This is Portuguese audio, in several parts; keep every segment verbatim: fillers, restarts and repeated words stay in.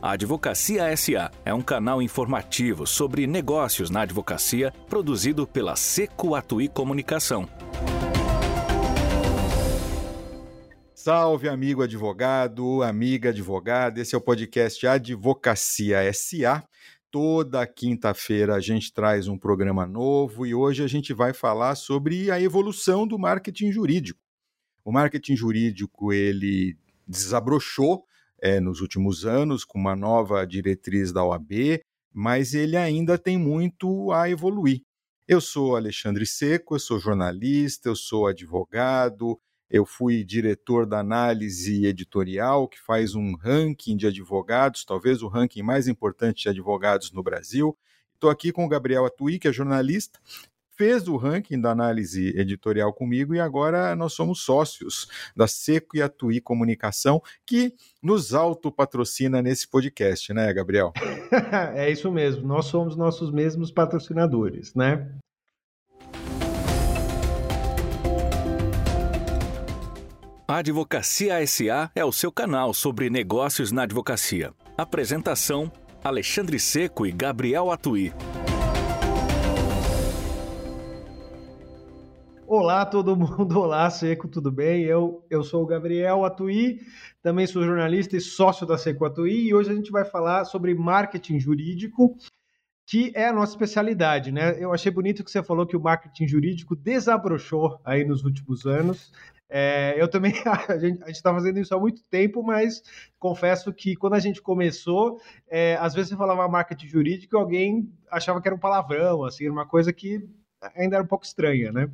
A Advocacia S A é um canal informativo sobre negócios na advocacia produzido pela Seco Atuí Comunicação. Salve, amigo advogado, amiga advogada. Esse é o podcast Advocacia S A. Toda quinta-feira a gente traz um programa novo e hoje a gente vai falar sobre a evolução do marketing jurídico. O marketing jurídico, ele desabrochou é, nos últimos anos com uma nova diretriz da O A B, mas ele ainda tem muito a evoluir. Eu sou Alexandre Seco, eu sou jornalista, eu sou advogado, eu fui diretor da análise editorial, que faz um ranking de advogados, talvez o ranking mais importante de advogados no Brasil. Estou aqui com o Gabriel Atuí, que é jornalista, fez o ranking da análise editorial comigo e agora nós somos sócios da Seco e Atuí Comunicação, que nos autopatrocina nesse podcast, né, Gabriel? É isso mesmo, nós somos nossos mesmos patrocinadores, né? A Advocacia S A é o seu canal sobre negócios na advocacia. Apresentação: Alexandre Seco e Gabriel Atuí. Olá todo mundo, olá Seco, tudo bem? Eu, eu sou o Gabriel Atuí, também sou jornalista e sócio da Seco Atuí e hoje a gente vai falar sobre marketing jurídico, que é a nossa especialidade, né? Eu achei bonito que você falou que o marketing jurídico desabrochou aí nos últimos anos. É, eu também, a gente está fazendo isso há muito tempo, mas confesso que quando a gente começou, é, às vezes você falava marketing jurídico e alguém achava que era um palavrão, assim, uma coisa que ainda era um pouco estranha, né?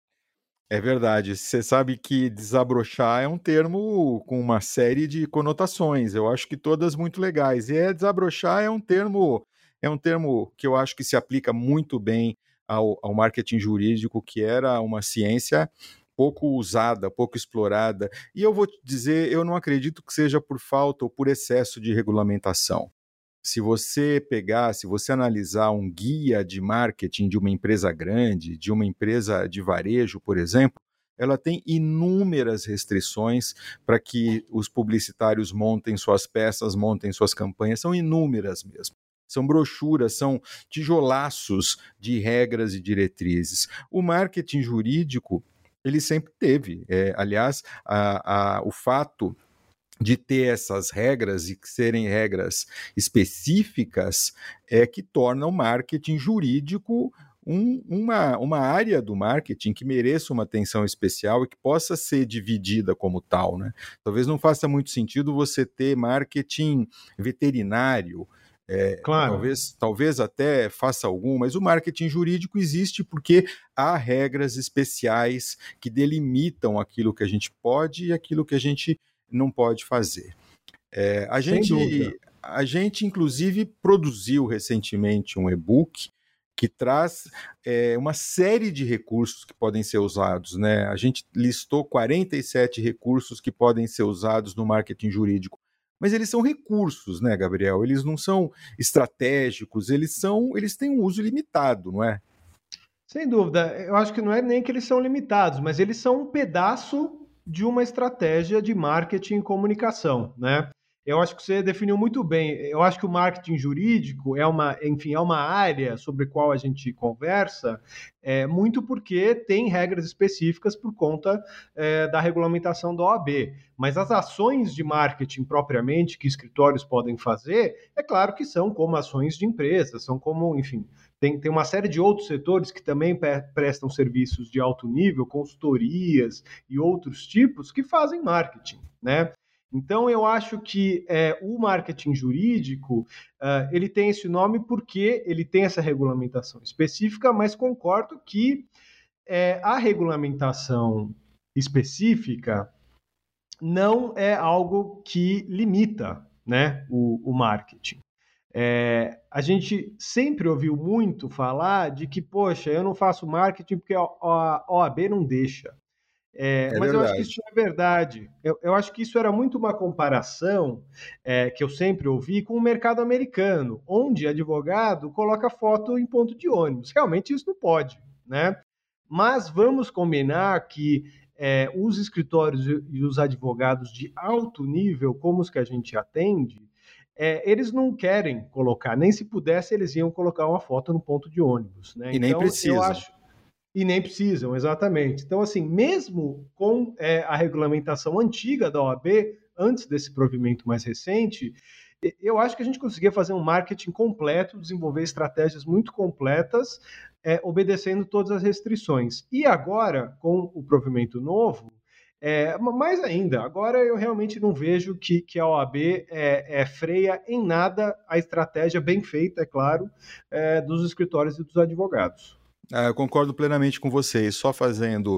É verdade. Você sabe que desabrochar é um termo com uma série de conotações. Eu acho que todas muito legais. E é, desabrochar é um termo, é um termo que eu acho que se aplica muito bem ao, ao marketing jurídico, que era uma ciência pouco usada, pouco explorada. E eu vou te dizer, eu não acredito que seja por falta ou por excesso de regulamentação. Se você pegar, se você analisar um guia de marketing de uma empresa grande, de uma empresa de varejo, por exemplo, ela tem inúmeras restrições para que os publicitários montem suas peças, montem suas campanhas, são inúmeras mesmo. São brochuras, são tijolaços de regras e diretrizes. O marketing jurídico, ele sempre teve. É, aliás, a, a, o fato de ter essas regras e serem regras específicas é que torna o marketing jurídico um, uma, uma área do marketing que mereça uma atenção especial e que possa ser dividida como tal, né? Talvez não faça muito sentido você ter marketing veterinário, É, claro. talvez, talvez até faça algum, mas o marketing jurídico existe porque há regras especiais que delimitam aquilo que a gente pode e aquilo que a gente não pode fazer. É, a, gente, a gente, inclusive, produziu recentemente um e-book que traz é, uma série de recursos que podem ser usados, né? A gente listou quarenta e sete recursos que podem ser usados no marketing jurídico. Mas eles são recursos, né, Gabriel? Eles não são estratégicos, eles são, eles têm um uso limitado, não é? Sem dúvida. Eu acho que não é nem que eles são limitados, mas eles são um pedaço de uma estratégia de marketing e comunicação, né? Eu acho que você definiu muito bem. Eu acho que o marketing jurídico é uma, enfim, é uma área sobre a qual a gente conversa, é, muito porque tem regras específicas por conta é, da regulamentação da O A B. Mas as ações de marketing propriamente que escritórios podem fazer, é claro que são como ações de empresas, são como, enfim, tem, tem uma série de outros setores que também prestam serviços de alto nível, consultorias e outros tipos que fazem marketing, né? Então, eu acho que é, o marketing jurídico, uh, ele tem esse nome porque ele tem essa regulamentação específica, mas concordo que é, a regulamentação específica não é algo que limita, né, o, o marketing. É, a gente sempre ouviu muito falar de que, poxa, eu não faço marketing porque a, a O A B não deixa. É, É mas verdade. eu acho que isso não é verdade. Eu, eu acho que isso era muito uma comparação é, que eu sempre ouvi com o mercado americano, onde advogado coloca foto em ponto de ônibus. Realmente isso não pode, né? Mas vamos combinar que é, os escritórios e os advogados de alto nível, como os que a gente atende, é, eles não querem colocar, nem se pudesse eles iam colocar uma foto no ponto de ônibus, né? E nem Então, precisam. eu acho... E nem precisam, exatamente. Então, assim, mesmo com é, a regulamentação antiga da O A B, antes desse provimento mais recente, eu acho que a gente conseguia fazer um marketing completo, desenvolver estratégias muito completas, é, obedecendo todas as restrições. E agora, com o provimento novo, é, mais ainda, agora eu realmente não vejo que, que a O A B é, é, freia em nada a estratégia bem feita, é claro, é, dos escritórios e dos advogados. Ah, eu concordo plenamente com vocês. Só fazendo,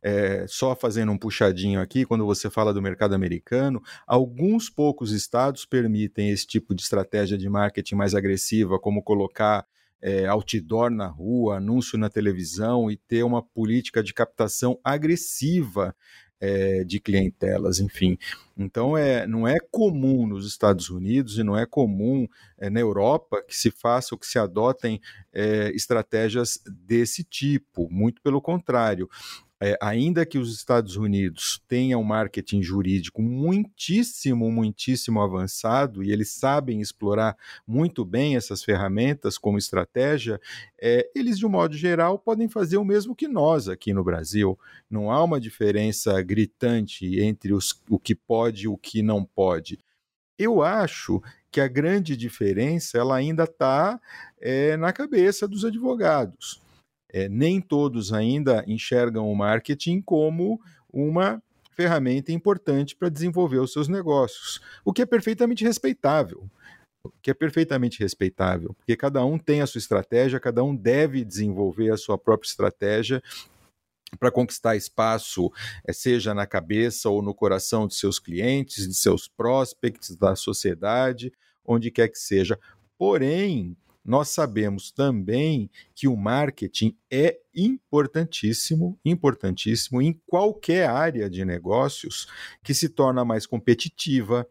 é, só fazendo um puxadinho aqui, quando você fala do mercado americano, alguns poucos estados permitem esse tipo de estratégia de marketing mais agressiva, como colocar é, outdoor na rua, anúncio na televisão e ter uma política de captação agressiva é, de clientelas, enfim. Então, é, não é comum nos Estados Unidos e não é comum é, na Europa que se faça ou que se adotem é, estratégias desse tipo, muito pelo contrário. É, ainda que os Estados Unidos tenham um marketing jurídico muitíssimo, muitíssimo avançado, e eles sabem explorar muito bem essas ferramentas como estratégia, é, eles, de um modo geral, podem fazer o mesmo que nós aqui no Brasil. Não há uma diferença gritante entre os, o que pode e o que não pode. Eu acho que a grande diferença ela ainda está é, na cabeça dos advogados. É, nem todos ainda enxergam o marketing como uma ferramenta importante para desenvolver os seus negócios, o que é perfeitamente respeitável. O que é perfeitamente respeitável, porque cada um tem a sua estratégia, cada um deve desenvolver a sua própria estratégia para conquistar espaço, seja na cabeça ou no coração de seus clientes, de seus prospects, da sociedade, onde quer que seja. Porém, nós sabemos também que o marketing é importantíssimo, importantíssimo em qualquer área de negócios que se torna mais competitiva,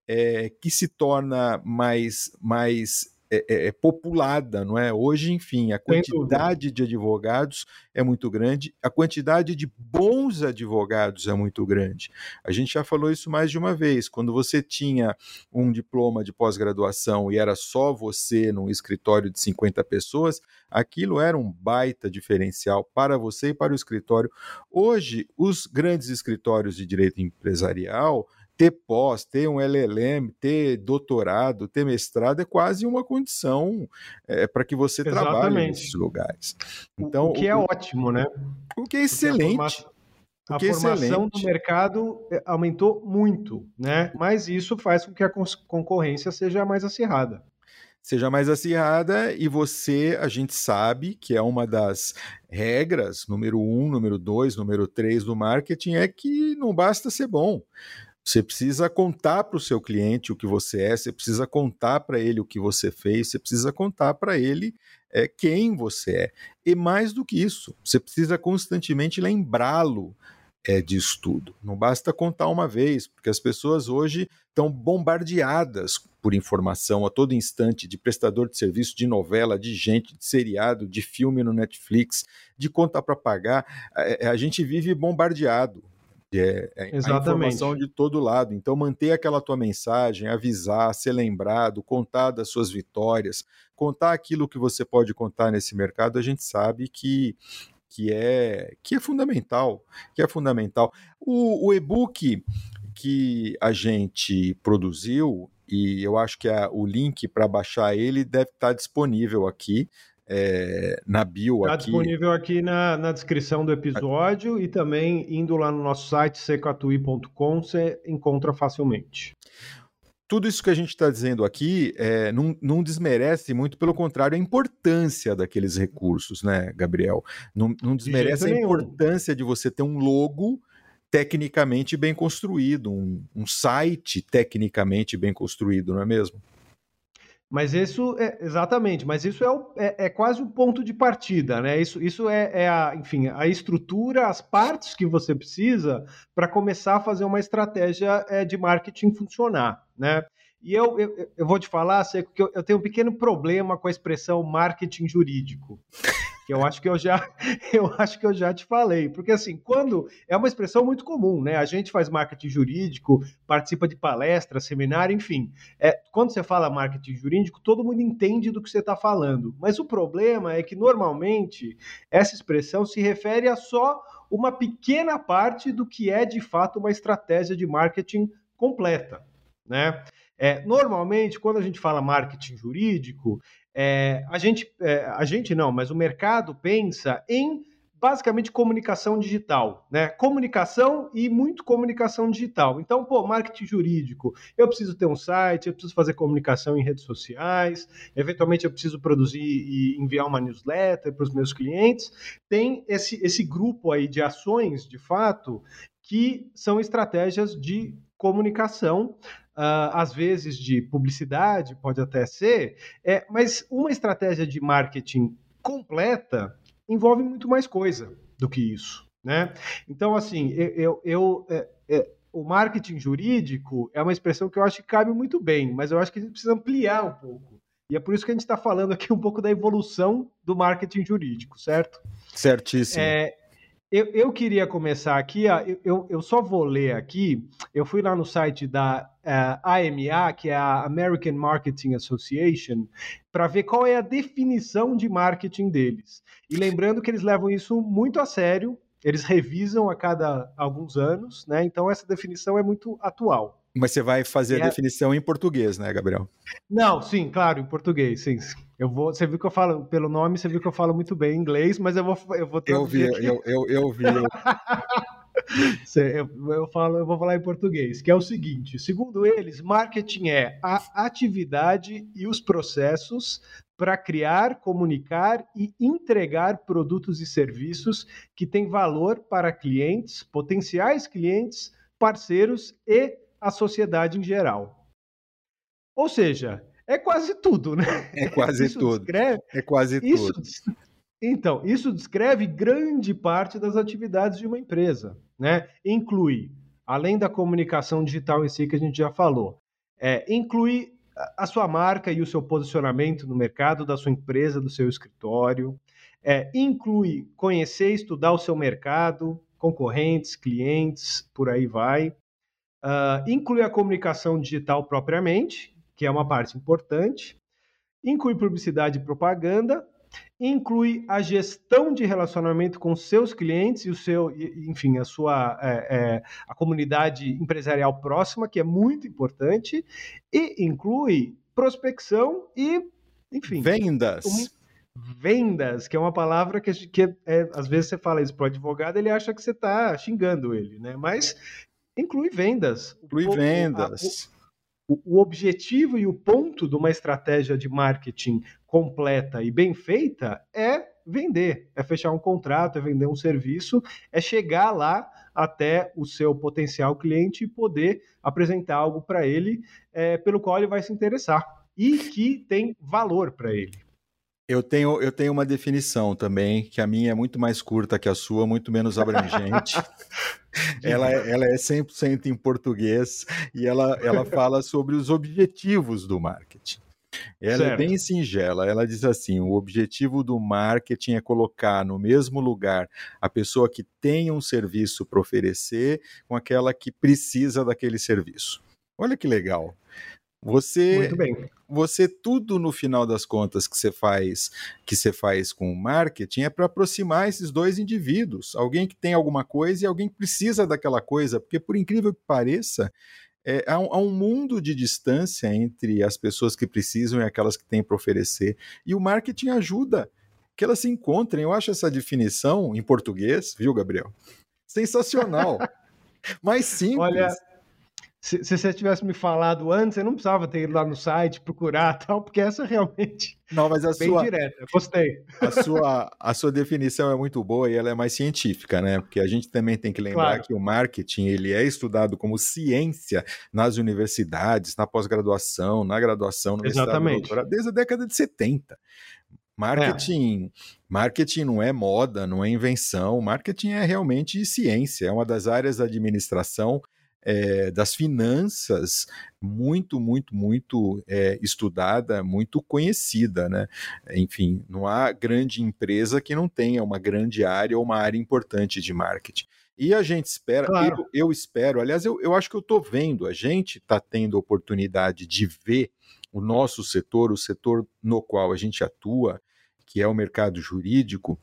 é, que se torna mais, mais é, é, populada, não é? Hoje, enfim, a quantidade de advogados é muito grande, a quantidade de bons advogados é muito grande. A gente já falou isso mais de uma vez, quando você tinha um diploma de pós-graduação e era só você num escritório de cinquenta pessoas, aquilo era um baita diferencial para você e para o escritório. Hoje, os grandes escritórios de direito empresarial, ter pós, ter um L L M, ter doutorado, ter mestrado é quase uma condição é, para que você Exatamente. trabalhe nesses lugares. Então, o que é o, ótimo, né? O que é excelente. A, a formação do mercado aumentou muito, né? Mas isso faz com que a concorrência seja mais acirrada. Seja mais acirrada e você, a gente sabe que é uma das regras, número um, número dois, número três do marketing, é que não basta ser bom. Você precisa contar para o seu cliente o que você é, você precisa contar para ele o que você fez, você precisa contar para ele é, quem você é. E mais do que isso, você precisa constantemente lembrá-lo é, disso tudo. Não basta contar uma vez, porque as pessoas hoje estão bombardeadas por informação a todo instante, de prestador de serviço, de novela, de gente, de seriado, de filme no Netflix, de conta para pagar. A, a gente vive bombardeado. É, é a informação de todo lado. Então, manter aquela tua mensagem, avisar, ser lembrado, contar das suas vitórias, contar aquilo que você pode contar nesse mercado, a gente sabe que, que, é, que é fundamental. Que é fundamental. O, o e-book que a gente produziu, e eu acho que a, o link para baixar ele deve estar disponível aqui. É, na bio Está aqui. disponível aqui na, na descrição do episódio a... e também indo lá no nosso site, secatui ponto com, você encontra facilmente. Tudo isso que a gente está dizendo aqui é, não, não desmerece, muito pelo contrário, a importância daqueles recursos, né, Gabriel? Não, não desmerece de a importância de você ter um logo tecnicamente bem construído, um, um site tecnicamente bem construído, não é mesmo? Mas isso é exatamente, mas isso é, o, é, é quase o ponto de partida, né? Isso, isso é, é a, enfim, a estrutura, as partes que você precisa para começar a fazer uma estratégia é, de marketing funcionar, né? E eu, eu, eu vou te falar, Seco, que eu, eu tenho um pequeno problema com a expressão marketing jurídico. que eu acho que eu já, eu acho que eu já te falei. Porque, assim, quando... É uma expressão muito comum, né? A gente faz marketing jurídico, participa de palestras, seminário, enfim. É, quando você fala marketing jurídico, todo mundo entende do que você está falando. Mas o problema é que, normalmente, essa expressão se refere a só uma pequena parte do que é, de fato, uma estratégia de marketing completa, né? É, normalmente, quando a gente fala marketing jurídico, é, a gente, é, a gente não, mas o mercado pensa em basicamente comunicação digital, né? Comunicação e muito comunicação digital. Então, pô, marketing jurídico, eu preciso ter um site, eu preciso fazer comunicação em redes sociais, eventualmente eu preciso produzir e enviar uma newsletter para os meus clientes. Tem esse, esse grupo aí de ações, de fato, que são estratégias de comunicação, uh, às vezes de publicidade, pode até ser, é, mas uma estratégia de marketing completa envolve muito mais coisa do que isso, né? Então, assim, eu, eu, eu é, é, o marketing jurídico é uma expressão que eu acho que cabe muito bem, mas eu acho que a gente precisa ampliar um pouco. E é por isso que a gente está falando aqui um pouco da evolução do marketing jurídico, certo? Certíssimo. É, eu, eu queria começar aqui, ó, eu, eu só vou ler aqui, eu fui lá no site da uh, A M A, que é a American Marketing Association, para ver qual é a definição de marketing deles. E lembrando que eles levam isso muito a sério, eles revisam a cada alguns anos, né? Então essa definição é muito atual. Mas você vai fazer E a é... definição em português, né, Gabriel? Não, sim, claro, em português, sim. Eu vou, você viu que eu falo, pelo nome, você viu que eu falo muito bem inglês, mas eu vou, eu vou traduzir eu vi, aqui. Eu, eu, eu vi, eu... eu, eu, falo, eu vou falar em português, que é o seguinte, segundo eles, marketing é a atividade e os processos para criar, comunicar e entregar produtos e serviços que têm valor para clientes, potenciais clientes, parceiros e a sociedade em geral. Ou seja, é quase tudo, né? É quase isso tudo. Descreve, é quase isso, tudo. Então, isso descreve grande parte das atividades de uma empresa, né? Inclui, além da comunicação digital em si que a gente já falou, é, inclui a sua marca e o seu posicionamento no mercado da sua empresa, do seu escritório, é, inclui conhecer e estudar o seu mercado, concorrentes, clientes, por aí vai. Uh, inclui a comunicação digital propriamente, que é uma parte importante, inclui publicidade e propaganda, inclui a gestão de relacionamento com seus clientes e o seu, enfim, a sua é, é, a comunidade empresarial próxima, que é muito importante, e inclui prospecção e, enfim, vendas. Um, vendas, que é uma palavra que, que é, às vezes você fala isso para o advogado, ele acha que você está xingando ele, né? Mas inclui vendas. Inclui o, vendas. A, o, o objetivo e o ponto de uma estratégia de marketing completa e bem feita é vender, é fechar um contrato, é vender um serviço, é chegar lá até o seu potencial cliente e poder apresentar algo para ele é, pelo qual ele vai se interessar e que tem valor para ele. Eu tenho, eu tenho uma definição também, que a minha é muito mais curta que a sua, muito menos abrangente. ela, é, ela é cem por cento em português e ela, ela fala sobre os objetivos do marketing. Ela certo. É bem singela, ela diz assim, o objetivo do marketing é colocar no mesmo lugar a pessoa que tem um serviço para oferecer com aquela que precisa daquele serviço. Olha que legal. Você, Muito bem. Você tudo no final das contas que você faz, que você faz com o marketing é para aproximar esses dois indivíduos, alguém que tem alguma coisa e alguém que precisa daquela coisa, porque por incrível que pareça, é, há, um, há um mundo de distância entre as pessoas que precisam e aquelas que têm para oferecer, e o marketing ajuda que elas se encontrem. Eu acho essa definição em português, viu, Gabriel? Sensacional. Mais simples. Olha, Se, se você tivesse me falado antes, eu não precisava ter ido lá no site, procurar tal, porque essa realmente não, mas a bem sua, direta. Gostei. A sua, a sua definição é muito boa e ela é mais científica, né? Porque a gente também tem que lembrar claro. que o marketing ele é estudado como ciência nas universidades, na pós-graduação, na graduação, no mestrado, no doutorado, desde a década de setenta. Marketing, é. marketing não é moda, não é invenção. Marketing é realmente ciência, é uma das áreas da administração é, das finanças muito, muito, muito é, estudada, muito conhecida, né? Enfim, não há grande empresa que não tenha uma grande área ou uma área importante de marketing. E a gente espera, Claro. eu, eu espero, aliás, eu, eu acho que eu estou vendo, a gente está tendo a oportunidade de ver o nosso setor, o setor no qual a gente atua, que é o mercado jurídico,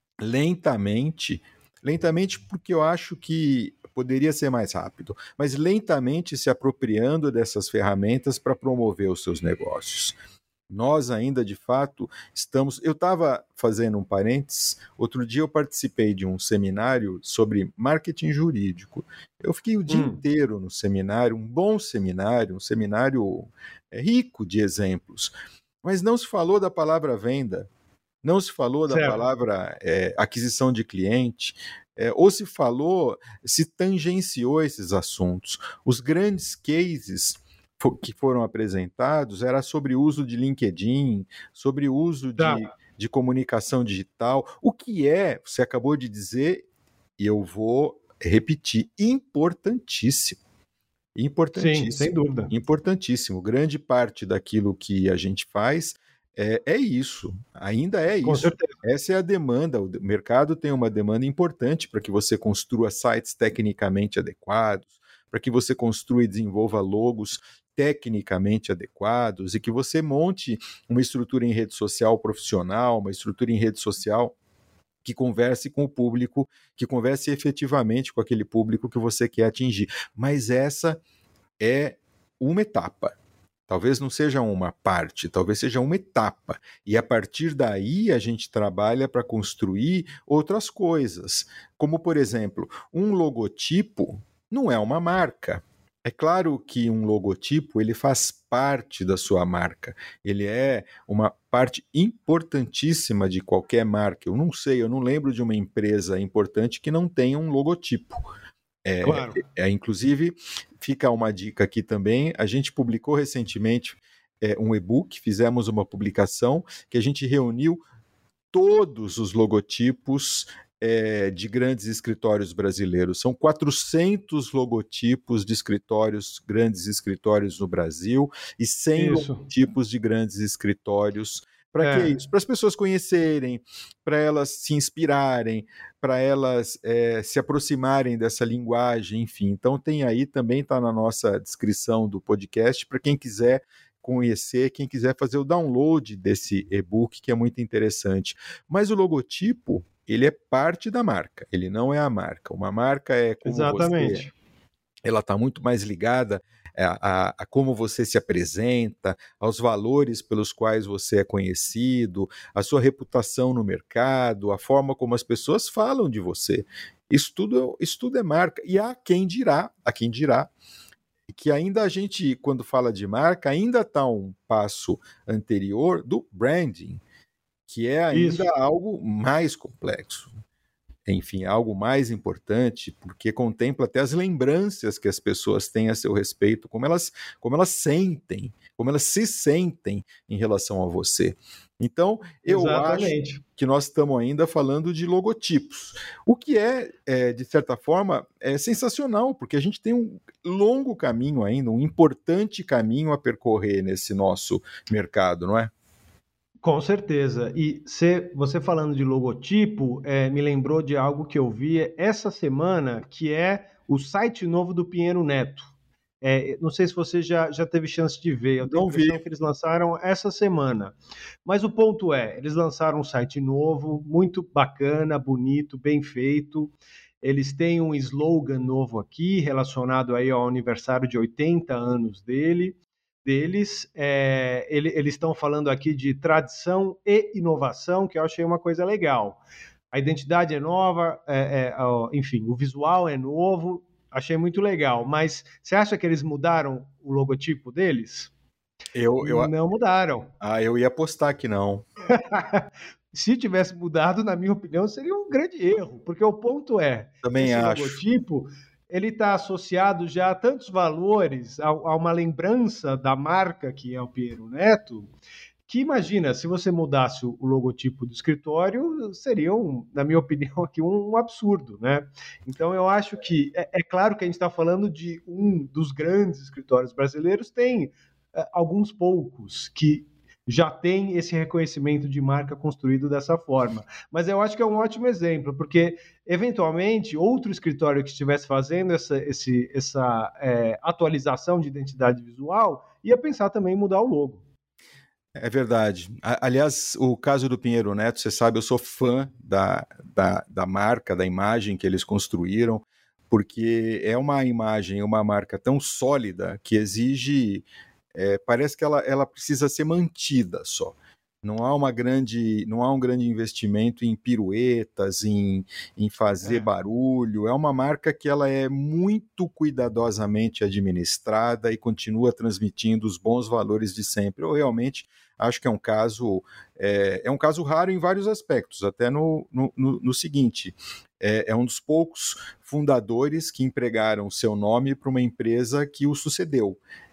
lentamente, lentamente porque eu acho que poderia ser mais rápido, mas lentamente se apropriando dessas ferramentas para promover os seus negócios. Nós ainda, de fato, estamos... Eu estava fazendo um parênteses, outro dia eu participei de um seminário sobre marketing jurídico. Eu fiquei o dia Hum. inteiro no seminário, um bom seminário, um seminário é, rico de exemplos, mas não se falou da palavra venda, não se falou da Certo. palavra é, aquisição de cliente, é, ou se falou, se tangenciou esses assuntos. Os grandes cases que foram apresentados era sobre o uso de LinkedIn, sobre o uso Tá. de, de comunicação digital, o que é, você acabou de dizer, e eu vou repetir, importantíssimo. Importantíssimo. Sim, sem dúvida. Importantíssimo. Grande parte daquilo que a gente faz é, é isso, ainda é Com isso. certeza. Essa é a demanda. O mercado tem uma demanda importante para que você construa sites tecnicamente adequados, para que você construa e desenvolva logos tecnicamente adequados e que você monte uma estrutura em rede social profissional, uma estrutura em rede social que converse com o público, que converse efetivamente com aquele público que você quer atingir. Mas essa é uma etapa. Talvez não seja uma parte, talvez seja uma etapa. E a partir daí a gente trabalha para construir outras coisas. Como, por exemplo, um logotipo não é uma marca. É claro que um logotipo ele faz parte da sua marca. Ele é uma parte importantíssima de qualquer marca. Eu não sei, eu não lembro de uma empresa importante que não tenha um logotipo. É, Claro. é, inclusive, fica uma dica aqui também, a gente publicou recentemente é, um e-book, fizemos uma publicação que a gente reuniu todos os logotipos é, de grandes escritórios brasileiros. São quatrocentos logotipos de escritórios, grandes escritórios no Brasil, e cem Isso. logotipos de grandes escritórios. Para É. que isso? Para as pessoas conhecerem, para elas se inspirarem, para elas é, se aproximarem dessa linguagem, enfim. Então tem aí, também está na nossa descrição do podcast, para quem quiser conhecer, quem quiser fazer o download desse e-book, que é muito interessante. Mas o logotipo, ele é parte da marca, ele não é a marca. Uma marca é como Exatamente. você... Ela está muito mais ligada A, a, a como você se apresenta, aos valores pelos quais você é conhecido, a sua reputação no mercado, a forma como as pessoas falam de você. Isso tudo, isso tudo é marca. E há quem dirá, há quem dirá, que ainda a gente, quando fala de marca, ainda está um passo anterior do branding, que é ainda Isso. algo mais complexo. Enfim, algo mais importante, porque contempla até as lembranças que as pessoas têm a seu respeito, como elas, como elas sentem, como elas se sentem em relação a você. Então, eu Exatamente. acho que nós estamos ainda falando de logotipos, o que é, é, de certa forma, é sensacional, porque a gente tem um longo caminho ainda, um importante caminho a percorrer nesse nosso mercado, não é? Com certeza. E cê, você falando de logotipo, é, me lembrou de algo que eu vi essa semana, que é o site novo do Pinheiro Neto. É, não sei se você já, já teve chance de ver, eu tenho a Não vi. impressão que eles lançaram essa semana. Mas o ponto é, eles lançaram um site novo, muito bacana, bonito, bem feito. Eles têm um slogan novo aqui, relacionado aí ao aniversário de oitenta anos dele. deles, é, ele, eles estão falando aqui de tradição e inovação, que eu achei uma coisa legal. A identidade é nova, é, é, ó, enfim, o visual é novo, achei muito legal. Mas você acha que eles mudaram o logotipo deles? Eu, eu, Não mudaram. ah, eu ia apostar que não. Se tivesse mudado, na minha opinião, seria um grande erro, porque o ponto é, Também esse acho. logotipo ele está associado já a tantos valores, a, a uma lembrança da marca que é o Pinheiro Neto, que imagina, se você mudasse o logotipo do escritório, seria, um, na minha opinião, aqui um, um absurdo, né? Então eu acho que, é, é claro que a gente está falando de um dos grandes escritórios brasileiros, tem é, alguns poucos que já tem esse reconhecimento de marca construído dessa forma. Mas eu acho que é um ótimo exemplo, porque, eventualmente, outro escritório que estivesse fazendo essa, esse, essa é, atualização de identidade visual ia pensar também em mudar o logo. É verdade. Aliás, o caso do Pinheiro Neto, você sabe, eu sou fã da, da, da marca, da imagem que eles construíram, porque é uma imagem, uma marca tão sólida que exige... É, parece que ela, ela precisa ser mantida só. Não há, uma grande, não há um grande investimento em piruetas, em, em fazer é. barulho. É uma marca que ela é muito cuidadosamente administrada e continua transmitindo os bons valores de sempre. Eu realmente acho que é um caso, é, é um caso raro em vários aspectos, até no, no, no, no seguinte... É, é um dos poucos fundadores que empregaram seu nome para uma empresa que o sucedeu.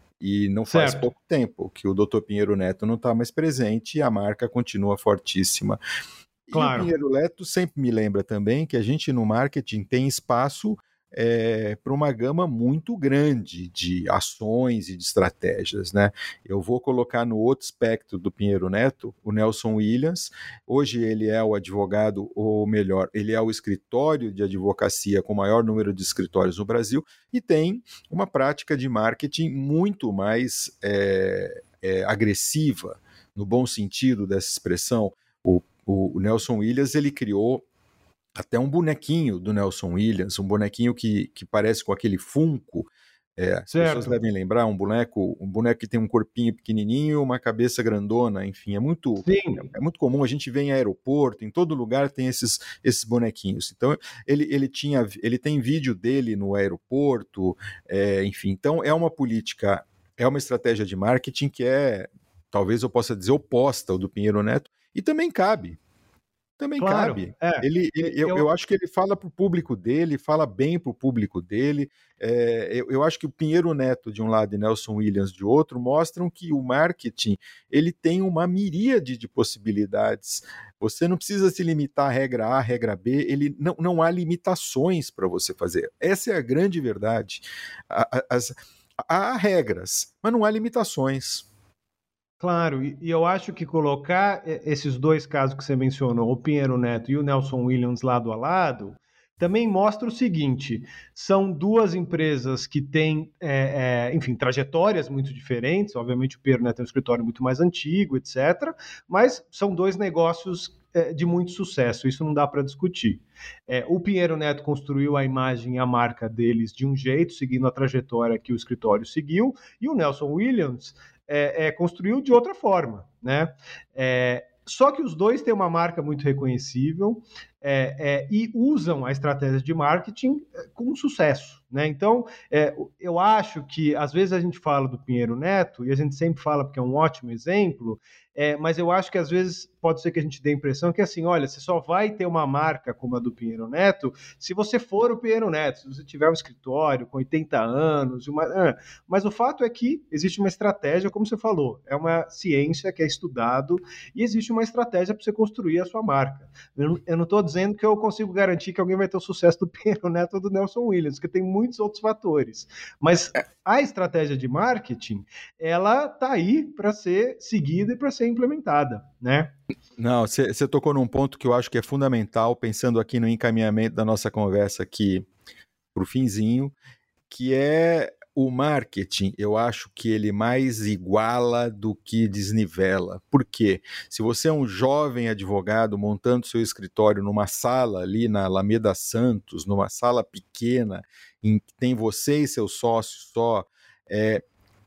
E não faz certo. pouco tempo que o doutor Pinheiro Neto não está mais presente e a marca continua fortíssima. Claro. E o Pinheiro Neto sempre me lembra também que a gente no marketing tem espaço é, para uma gama muito grande de ações e de estratégias, né? Eu vou colocar no outro espectro do Pinheiro Neto o Nelson Williams. Hoje ele é o advogado, ou melhor, ele é o escritório de advocacia com o maior número de escritórios no Brasil e tem uma prática de marketing muito mais é, é, agressiva, no bom sentido dessa expressão. O, o, o Nelson Williams, ele criou até um bonequinho do Nelson Williams, um bonequinho que, que parece com aquele Funko. É, as certo. pessoas devem lembrar, um boneco, um boneco que tem um corpinho pequenininho, uma cabeça grandona, enfim, é muito, é, é muito comum, a gente vê em aeroporto, em todo lugar tem esses, esses bonequinhos. Então, ele, ele, tinha, ele tem vídeo dele no aeroporto, é, enfim, então é uma política, é uma estratégia de marketing que é, talvez eu possa dizer, oposta ao do Pinheiro Neto, e também cabe. Também claro, cabe. É. Ele, ele, eu, eu... eu acho que ele fala para o público dele, fala bem para o público dele. É, eu, eu acho que o Pinheiro Neto de um lado e Nelson Williams de outro mostram que o marketing ele tem uma miríade de possibilidades. Você não precisa se limitar à regra A, à regra B, ele, não, não há limitações para você fazer. Essa é a grande verdade. As, há regras, mas não há limitações. Claro, e eu acho que colocar esses dois casos que você mencionou, o Pinheiro Neto e o Nelson Williams lado a lado, também mostra o seguinte, são duas empresas que têm, é, é, enfim, trajetórias muito diferentes, obviamente o Pinheiro Neto é um escritório muito mais antigo, etcétera, mas são dois negócios é, de muito sucesso, isso não dá para discutir. É, o Pinheiro Neto construiu a imagem e a marca deles de um jeito, seguindo a trajetória que o escritório seguiu, e o Nelson Williams É, é, construiu de outra forma, né? É, só que os dois têm uma marca muito reconhecível é, é, e usam a estratégia de marketing com sucesso, né? Então, é, eu acho que às vezes a gente fala do Pinheiro Neto e a gente sempre fala porque é um ótimo exemplo, é, mas eu acho que às vezes pode ser que a gente dê a impressão que assim, olha, você só vai ter uma marca como a do Pinheiro Neto se você for o Pinheiro Neto, se você tiver um escritório com oitenta anos, uma... mas o fato é que existe uma estratégia, como você falou, é uma ciência que é estudado e existe uma estratégia para você construir a sua marca. Eu não estou dizendo que eu consigo garantir que alguém vai ter o sucesso do Pinheiro Neto ou do Nelson Williams, porque tem muitos outros fatores, mas a estratégia de marketing, ela está aí para ser seguida e para ser implementada, né? Não, você tocou num ponto que eu acho que é fundamental, pensando aqui no encaminhamento da nossa conversa aqui para o finzinho, que é o marketing. Eu acho que ele mais iguala do que desnivela. Por quê? Se você é um jovem advogado montando seu escritório numa sala ali na Alameda Santos, numa sala pequena, em que tem você e seu sócio só, é,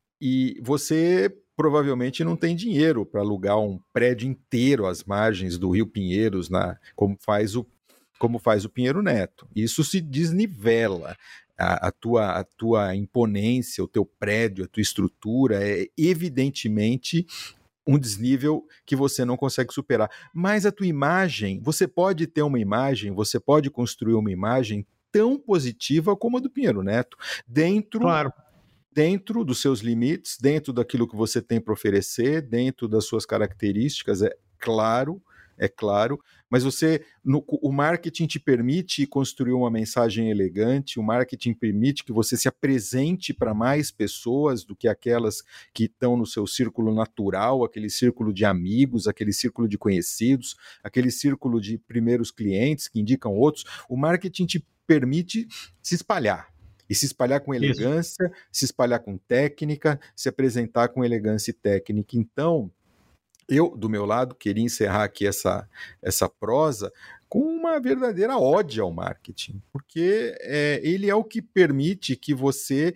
e você provavelmente não tem dinheiro para alugar um prédio inteiro às margens do Rio Pinheiros, na, como, faz o, como faz o Pinheiro Neto. Isso se desnivela. A, a, tua, a tua imponência, o teu prédio, a tua estrutura é evidentemente um desnível que você não consegue superar. Mas a tua imagem, você pode ter uma imagem, você pode construir uma imagem tão positiva como a do Pinheiro Neto, dentro... Claro. dentro dos seus limites, dentro daquilo que você tem para oferecer, dentro das suas características, é claro, é claro, mas você, no, o marketing te permite construir uma mensagem elegante, o marketing permite que você se apresente para mais pessoas do que aquelas que estão no seu círculo natural, aquele círculo de amigos, aquele círculo de conhecidos, aquele círculo de primeiros clientes que indicam outros. O marketing te permite se espalhar. E se espalhar com elegância, Isso. se espalhar com técnica, se apresentar com elegância e técnica. Então, eu, do meu lado, queria encerrar aqui essa, essa prosa com uma verdadeira ode ao marketing, porque é, ele é o que permite que você,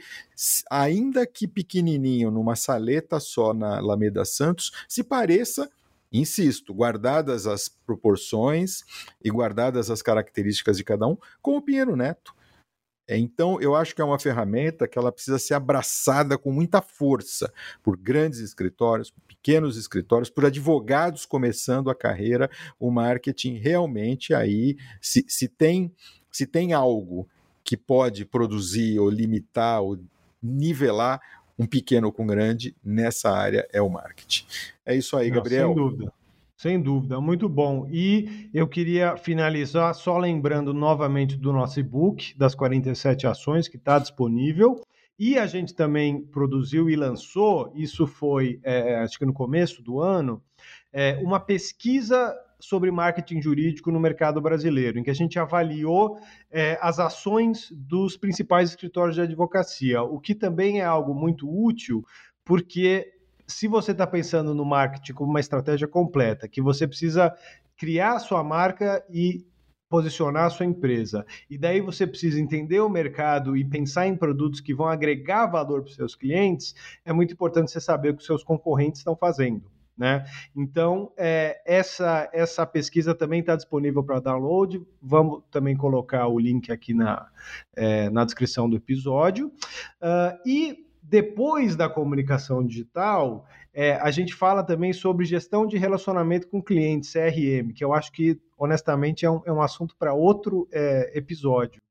ainda que pequenininho, numa saleta só na Alameda Santos, se pareça, insisto, guardadas as proporções e guardadas as características de cada um, com o Pinheiro Neto. Então, eu acho que é uma ferramenta que ela precisa ser abraçada com muita força por grandes escritórios, por pequenos escritórios, por advogados começando a carreira. O marketing realmente aí, se, se, tem, se tem algo que pode produzir ou limitar ou nivelar um pequeno com grande, nessa área é o marketing. É isso aí, Gabriel. Não, sem dúvida. Sem dúvida, muito bom. E eu queria finalizar só lembrando novamente do nosso e-book, das quarenta e sete ações, que está disponível. E a gente também produziu e lançou, isso foi, é, acho que no começo do ano, é, uma pesquisa sobre marketing jurídico no mercado brasileiro, em que a gente avaliou é, as ações dos principais escritórios de advocacia, o que também é algo muito útil, porque se você está pensando no marketing como uma estratégia completa, que você precisa criar a sua marca e posicionar a sua empresa, e daí você precisa entender o mercado e pensar em produtos que vão agregar valor para os seus clientes, é muito importante você saber o que os seus concorrentes estão fazendo, né? Então, é, essa, essa pesquisa também está disponível para download, vamos também colocar o link aqui na, é, na descrição do episódio, uh, e depois da comunicação digital, é, a gente fala também sobre gestão de relacionamento com clientes, C R M, que eu acho que, honestamente, é um, é um assunto para outro é, episódio.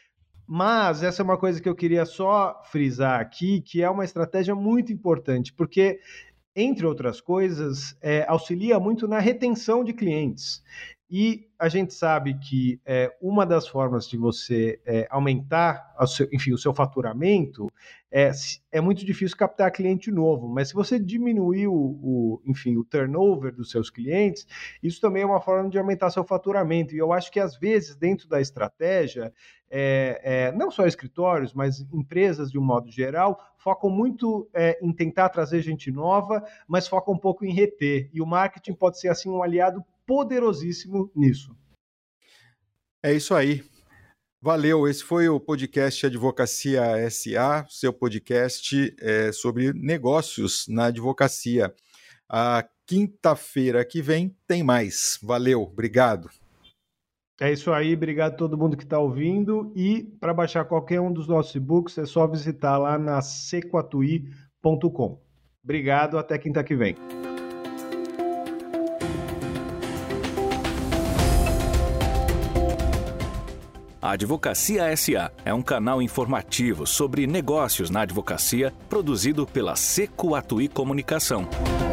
Mas essa é uma coisa que eu queria só frisar aqui, que é uma estratégia muito importante, porque, entre outras coisas, é, auxilia muito na retenção de clientes. E a gente sabe que é, uma das formas de você é, aumentar o seu, enfim, o seu faturamento é, é muito difícil captar cliente novo, mas se você diminuir o, o, enfim, o turnover dos seus clientes, isso também é uma forma de aumentar seu faturamento. E eu acho que, às vezes, dentro da estratégia, é, é, não só escritórios, mas empresas de um modo geral, focam muito é, em tentar trazer gente nova, mas focam um pouco em reter. E o marketing pode ser, assim, um aliado poderosíssimo nisso. É isso aí. Valeu, esse foi o podcast Advocacia S A, seu podcast é, sobre negócios na advocacia. A quinta-feira que vem tem mais. Valeu, obrigado. É isso aí, obrigado a todo mundo que está ouvindo, e para baixar qualquer um dos nossos e-books é só visitar lá na sequatui ponto com. Obrigado, até quinta que vem. A Advocacia S A é um canal informativo sobre negócios na advocacia produzido pela Sequatui Comunicação.